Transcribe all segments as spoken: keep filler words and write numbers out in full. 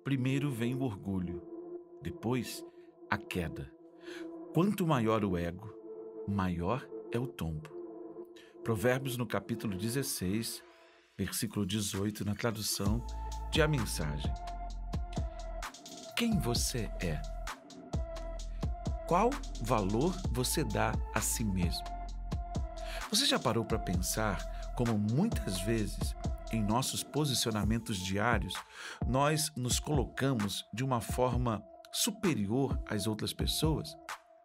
Primeiro vem o orgulho, depois a queda. Quanto maior o ego, maior é o tombo. Provérbios no capítulo dezesseis, versículo dezoito, na tradução de A Mensagem. Quem você é? Qual valor você dá a si mesmo? Você já parou para pensar como muitas vezes, em nossos posicionamentos diários, nós nos colocamos de uma forma superior às outras pessoas?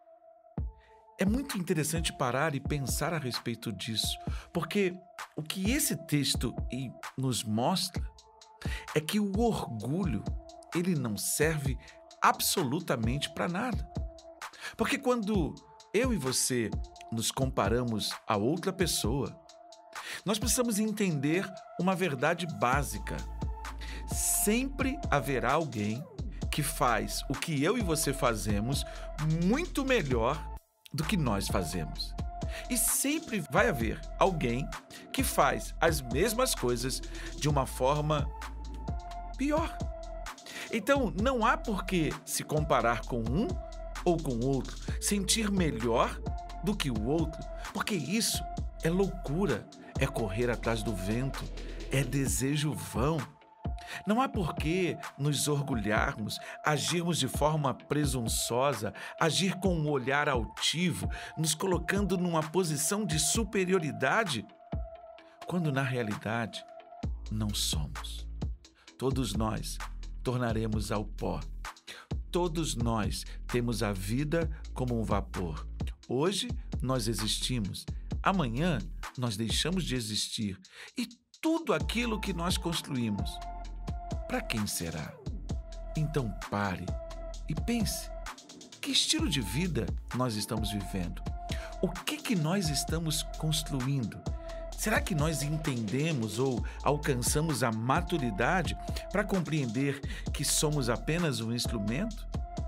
É muito interessante parar e pensar a respeito disso, porque o que esse texto nos mostra é que o orgulho, ele não serve absolutamente para nada. Porque quando eu e você nos comparamos a outra pessoa, nós precisamos entender uma verdade básica. Sempre haverá alguém que faz o que eu e você fazemos muito melhor do que nós fazemos. E sempre vai haver alguém que faz as mesmas coisas de uma forma pior. Então, não há por que se comparar com um ou com outro, sentir melhor do que o outro, porque isso é loucura, é correr atrás do vento, é desejo vão. Não há por que nos orgulharmos, agirmos de forma presunçosa, agir com um olhar altivo, nos colocando numa posição de superioridade, quando na realidade não somos. Todos nós tornaremos ao pó. Todos nós temos a vida como um vapor. Hoje nós existimos, amanhã nós deixamos de existir. E tudo aquilo que nós construímos, para quem será? Então pare e pense, que estilo de vida nós estamos vivendo? O que que nós estamos construindo? Será que nós entendemos ou alcançamos a maturidade para compreender que somos apenas um instrumento?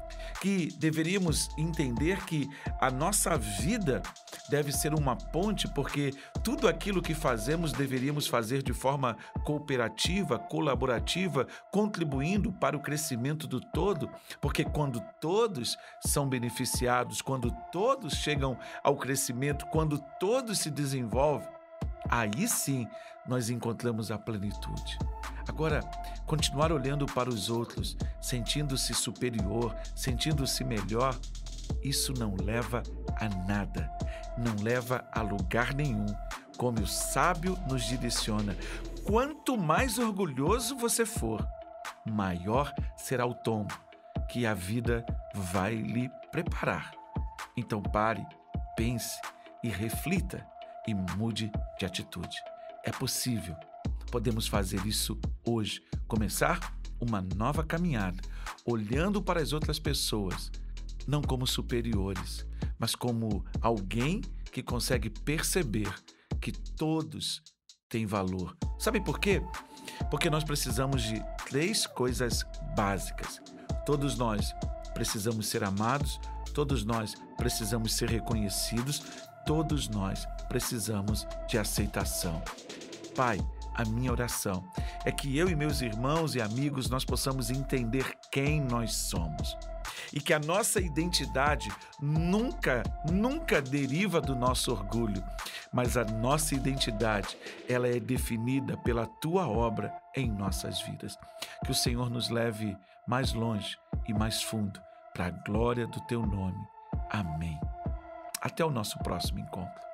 Que deveríamos entender que a nossa vida deve ser uma ponte, porque tudo aquilo que fazemos deveríamos fazer de forma cooperativa, colaborativa, contribuindo para o crescimento do todo, porque quando todos são beneficiados, quando todos chegam ao crescimento, quando todos se desenvolvem, aí sim nós encontramos a plenitude. Agora, continuar olhando para os outros, sentindo-se superior, sentindo-se melhor, isso não leva a nada, não leva a lugar nenhum. Como o sábio nos direciona, quanto mais orgulhoso você for, maior será o tombo que a vida vai lhe preparar. Então pare, pense e reflita e mude de atitude. É possível. Podemos fazer isso hoje, começar uma nova caminhada, olhando para as outras pessoas, não como superiores, mas como alguém que consegue perceber que todos têm valor. Sabe por quê? Porque nós precisamos de três coisas básicas. Todos nós precisamos ser amados, todos nós precisamos ser reconhecidos, todos nós precisamos de aceitação. Pai, a minha oração é que eu e meus irmãos e amigos nós possamos entender quem nós somos e que a nossa identidade nunca, nunca deriva do nosso orgulho, mas a nossa identidade, ela é definida pela Tua obra em nossas vidas. Que o Senhor nos leve mais longe e mais fundo para a glória do Teu nome. Amém. Até o nosso próximo encontro.